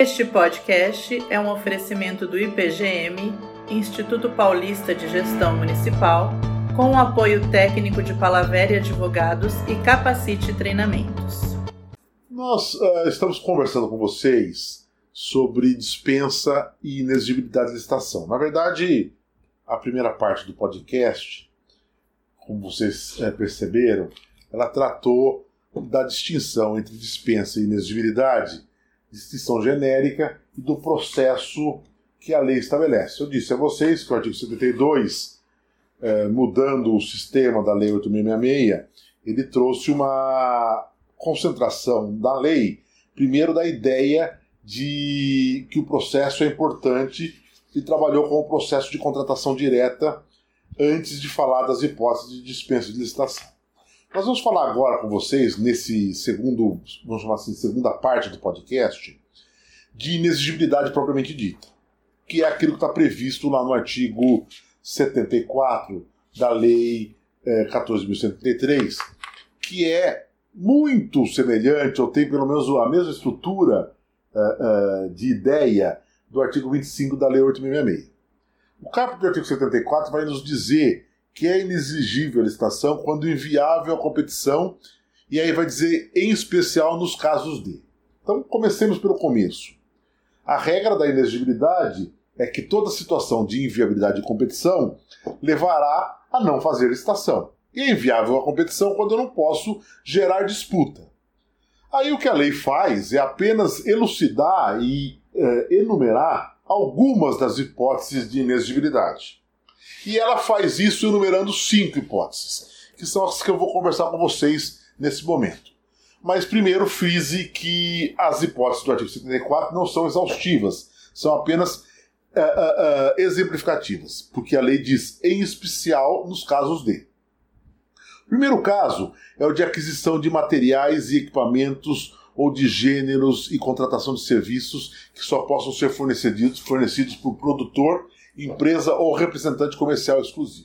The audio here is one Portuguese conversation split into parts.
Este podcast é um oferecimento do IPGM, Instituto Paulista de Gestão Municipal, com o apoio técnico de Palaveri Advogados e Capacite Treinamentos. Nós estamos conversando com vocês sobre dispensa e inexigibilidade de licitação. Na verdade, a primeira parte do podcast, como vocês perceberam, ela tratou da distinção entre dispensa e inexigibilidade, distinção genérica e do processo que a lei estabelece. Eu disse a vocês que o artigo 72, mudando o sistema da Lei 8.666, ele trouxe uma concentração da lei, primeiro da ideia de que o processo é importante e trabalhou com o processo de contratação direta antes de falar das hipóteses de dispensa de licitação. Nós vamos falar agora com vocês, nesse segundo, vamos chamar assim, segunda parte do podcast, de inexigibilidade propriamente dita, que é aquilo que está previsto lá no artigo 74 da Lei 14.133, que é muito semelhante, ou tem pelo menos a mesma estrutura de ideia do artigo 25 da Lei 8.666. O caput do artigo 74 vai nos dizer que é inexigível a licitação quando inviável a competição, e aí vai dizer em especial nos casos de. Então comecemos pelo começo. A regra da inexigibilidade é que toda situação de inviabilidade de competição levará a não fazer licitação. E é inviável a competição quando eu não posso gerar disputa. Aí o que a lei faz é apenas elucidar e enumerar algumas das hipóteses de inexigibilidade. E ela faz isso enumerando 5 hipóteses, que são as que eu vou conversar com vocês nesse momento. Mas primeiro frise que as hipóteses do artigo 74 não são exaustivas, são apenas exemplificativas, porque a lei diz em especial nos casos de. O primeiro caso é o de aquisição de materiais e equipamentos ou de gêneros e contratação de serviços que só possam ser fornecidos por produtor, empresa ou representante comercial exclusivo.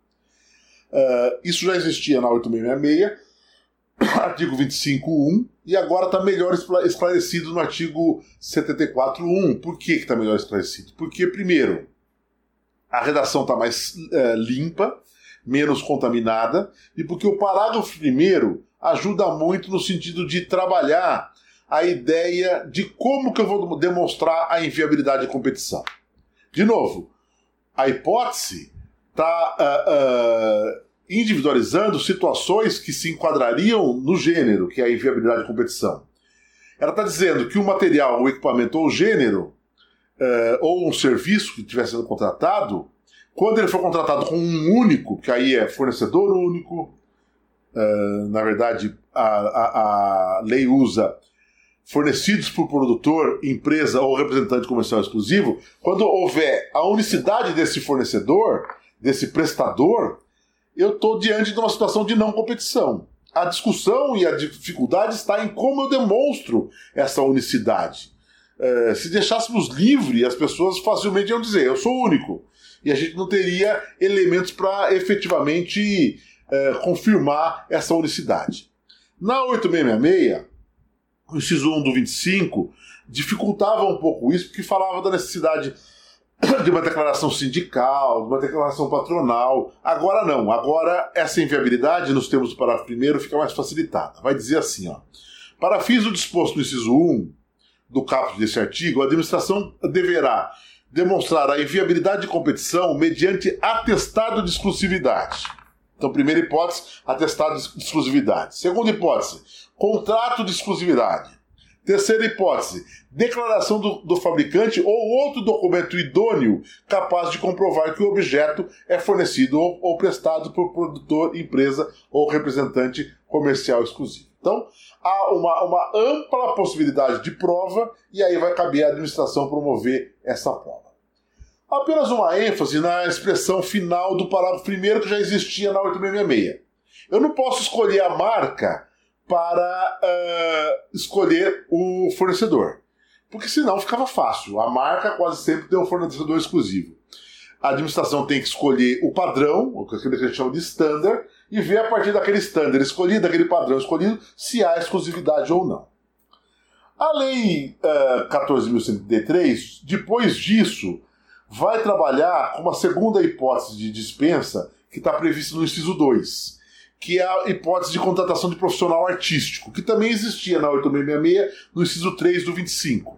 Isso já existia na 8.666, artigo 25.1, e agora está melhor esclarecido no artigo 74.1. Por que está melhor esclarecido? Porque, primeiro, a redação está mais limpa, menos contaminada, e porque o parágrafo primeiro ajuda muito no sentido de trabalhar a ideia de como que eu vou demonstrar a inviabilidade de competição. De novo, a hipótese está individualizando situações que se enquadrariam no gênero, que é a inviabilidade de competição. Ela está dizendo que o material, o equipamento ou o gênero, ou um serviço que estiver sendo contratado, quando ele for contratado com um único, que aí é fornecedor único, na verdade a lei usa fornecidos por produtor, empresa ou representante comercial exclusivo, quando houver a unicidade desse fornecedor, desse prestador, eu estou diante de uma situação de não competição. A discussão e a dificuldade está em como eu demonstro essa unicidade. Se deixássemos livre, as pessoas facilmente iam dizer, eu sou único. E a gente não teria elementos para efetivamente confirmar essa unicidade. Na 8.666, o inciso 1 do 25 dificultava um pouco isso, porque falava da necessidade de uma declaração sindical, de uma declaração patronal. Agora não. Agora essa inviabilidade, nos termos do parágrafo primeiro, fica mais facilitada. Vai dizer assim, ó. Para fins do disposto no inciso 1 do caput desse artigo, a administração deverá demonstrar a inviabilidade de competição mediante atestado de exclusividade. Então, primeira hipótese, atestado de exclusividade. Segunda hipótese, contrato de exclusividade. Terceira hipótese, declaração do fabricante ou outro documento idôneo capaz de comprovar que o objeto é fornecido ou prestado por produtor, empresa ou representante comercial exclusivo. Então, há uma ampla possibilidade de prova e aí vai caber à administração promover essa prova. Apenas uma ênfase na expressão final do parágrafo primeiro que já existia na 8.666. Eu não posso escolher a marca para escolher o fornecedor, porque senão ficava fácil. A marca quase sempre tem um fornecedor exclusivo. A administração tem que escolher o padrão, aquilo que a gente chama de standard, e ver a partir daquele standard escolhido, daquele padrão escolhido, se há exclusividade ou não. A Lei 14.133, depois disso, vai trabalhar com uma segunda hipótese de dispensa que está prevista no inciso 2, que é a hipótese de contratação de profissional artístico, que também existia na 8666, no inciso 3 do 25.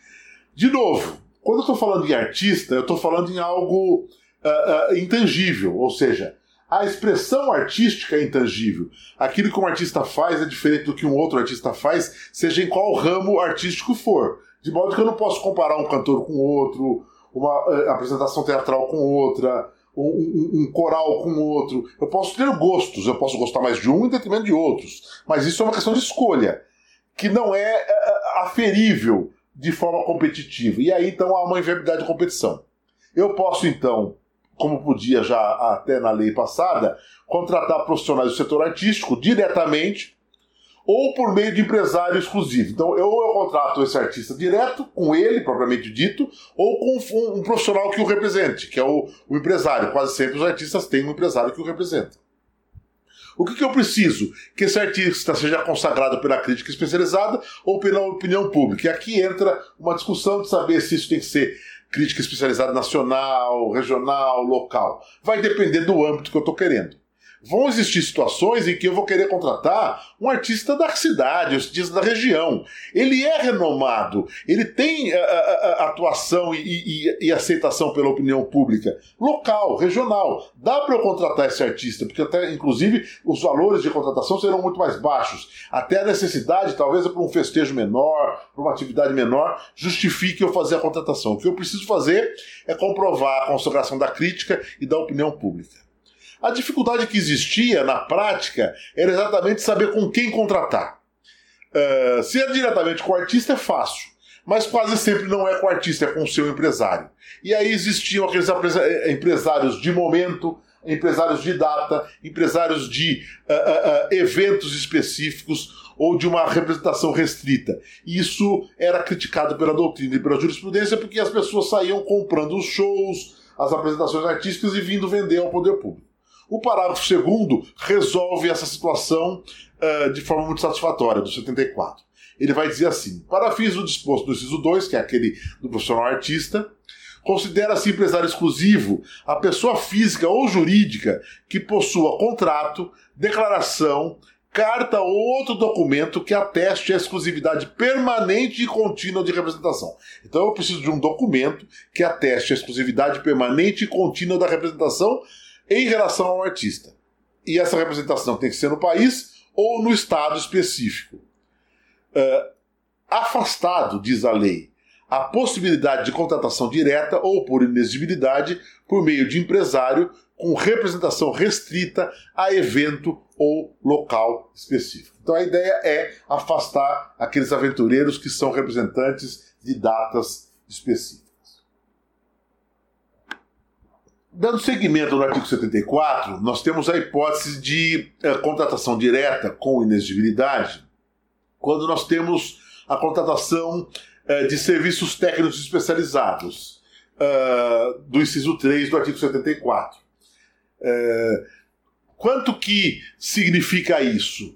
De novo, quando eu estou falando em artista, eu estou falando em algo intangível, ou seja, a expressão artística é intangível. Aquilo que um artista faz é diferente do que um outro artista faz, seja em qual ramo artístico for. De modo que eu não posso comparar um cantor com outro, uma apresentação teatral com outra, um coral com outro. Eu posso ter gostos, eu posso gostar mais de um em detrimento de outros. Mas isso é uma questão de escolha, que não é aferível de forma competitiva. E aí, então, há uma inviabilidade de competição. Eu posso, então, como podia já até na lei passada, contratar profissionais do setor artístico diretamente ou por meio de empresário exclusivo. Então, eu contrato esse artista direto, com ele, propriamente dito, ou com um profissional que o represente, que é o empresário. Quase sempre os artistas têm um empresário que o representa. O que eu preciso? Que esse artista seja consagrado pela crítica especializada ou pela opinião pública. E aqui entra uma discussão de saber se isso tem que ser crítica especializada nacional, regional, local. Vai depender do âmbito que eu estou querendo. Vão existir situações em que eu vou querer contratar um artista da cidade, um artista da região. Ele é renomado, ele tem atuação e aceitação pela opinião pública local, regional. Dá para eu contratar esse artista, porque até, inclusive, os valores de contratação serão muito mais baixos. Até a necessidade, talvez, para um festejo menor, para uma atividade menor, justifique eu fazer a contratação. O que eu preciso fazer é comprovar a consagração da crítica e da opinião pública. A dificuldade que existia na prática era exatamente saber com quem contratar. Se é diretamente com o artista é fácil, mas quase sempre não é com o artista, é com o seu empresário. E aí existiam aqueles empresários de momento, empresários de data, empresários de eventos específicos ou de uma representação restrita. Isso era criticado pela doutrina e pela jurisprudência porque as pessoas saíam comprando os shows, as apresentações artísticas e vindo vender ao poder público. O parágrafo 2º resolve essa situação de forma muito satisfatória, do 74. Ele vai dizer assim: para fins do disposto do inciso 2, que é aquele do profissional artista, considera-se empresário exclusivo a pessoa física ou jurídica que possua contrato, declaração, carta ou outro documento que ateste a exclusividade permanente e contínua de representação. Então eu preciso de um documento que ateste a exclusividade permanente e contínua da representação em relação ao artista. E essa representação tem que ser no país ou no estado específico. Afastado, diz a lei, a possibilidade de contratação direta ou por inexigibilidade por meio de empresário com representação restrita a evento ou local específico. Então a ideia é afastar aqueles aventureiros que são representantes de datas específicas. Dando seguimento no artigo 74, nós temos a hipótese de contratação direta com inexigibilidade, quando nós temos a contratação de serviços técnicos especializados, do inciso 3 do artigo 74. Quanto que significa isso?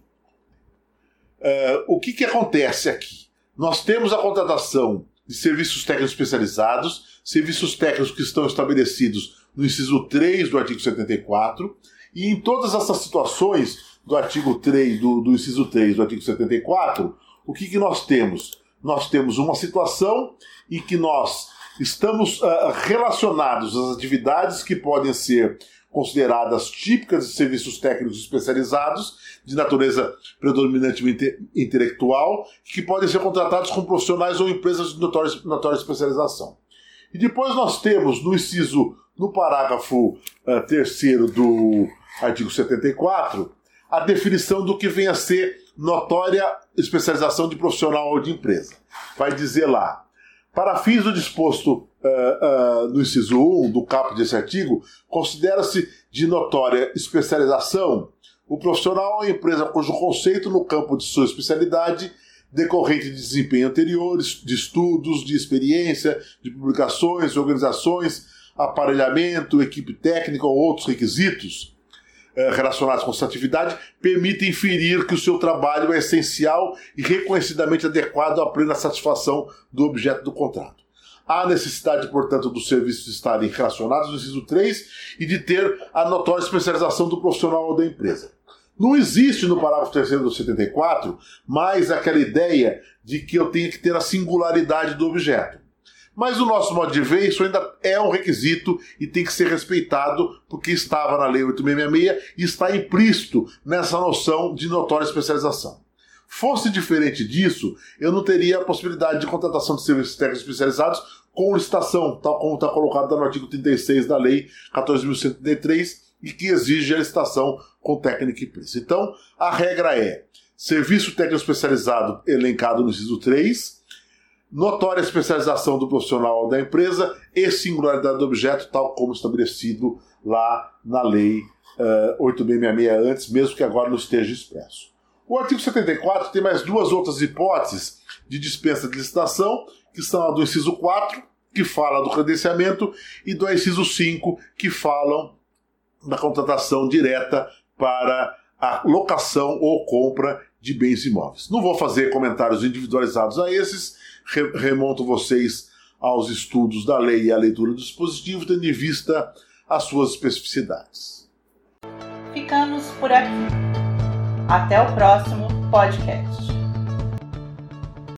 O que acontece aqui? Nós temos a contratação de serviços técnicos especializados, serviços técnicos que estão estabelecidos no inciso 3 do artigo 74, e em todas essas situações do artigo 3, do inciso 3 do artigo 74, o que nós temos? Nós temos uma situação em que nós estamos relacionados às atividades que podem ser consideradas típicas de serviços técnicos especializados, de natureza predominantemente intelectual, que podem ser contratados com profissionais ou empresas de notória especialização. E depois nós temos no parágrafo 3º do artigo 74, a definição do que vem a ser notória especialização de profissional ou de empresa. Vai dizer lá: para fins do disposto no inciso 1 do caput desse artigo, considera-se de notória especialização o profissional ou empresa cujo conceito no campo de sua especialidade, decorrente de desempenho anterior, de estudos, de experiência, de publicações, organizações, aparelhamento, equipe técnica ou outros requisitos, relacionados com essa atividade permitem inferir que o seu trabalho é essencial e reconhecidamente adequado à plena satisfação do objeto do contrato. Há necessidade, portanto, dos serviços estarem relacionados no inciso 3 e de ter a notória especialização do profissional ou da empresa. Não existe no parágrafo 3º do 74 mais aquela ideia de que eu tenha que ter a singularidade do objeto. Mas o nosso modo de ver, isso ainda é um requisito e tem que ser respeitado porque estava na Lei 8666 e está implícito nessa noção de notória especialização. Fosse diferente disso, eu não teria a possibilidade de contratação de serviços técnicos especializados com licitação, tal como está colocado no artigo 36 da Lei 14.133 e que exige a licitação com técnica e preço. Então, a regra é serviço técnico especializado elencado no inciso 3, notória especialização do profissional ou da empresa e singularidade do objeto, tal como estabelecido lá na Lei 8666 antes, mesmo que agora não esteja expresso. O artigo 74 tem mais duas outras hipóteses de dispensa de licitação, que são a do inciso 4, que fala do credenciamento, e do inciso 5, que falam da contratação direta para a locação ou compra de bens imóveis. Não vou fazer comentários individualizados a esses, remonto vocês aos estudos da lei e à leitura do dispositivo, tendo em vista as suas especificidades. Ficamos por aqui. Até o próximo podcast.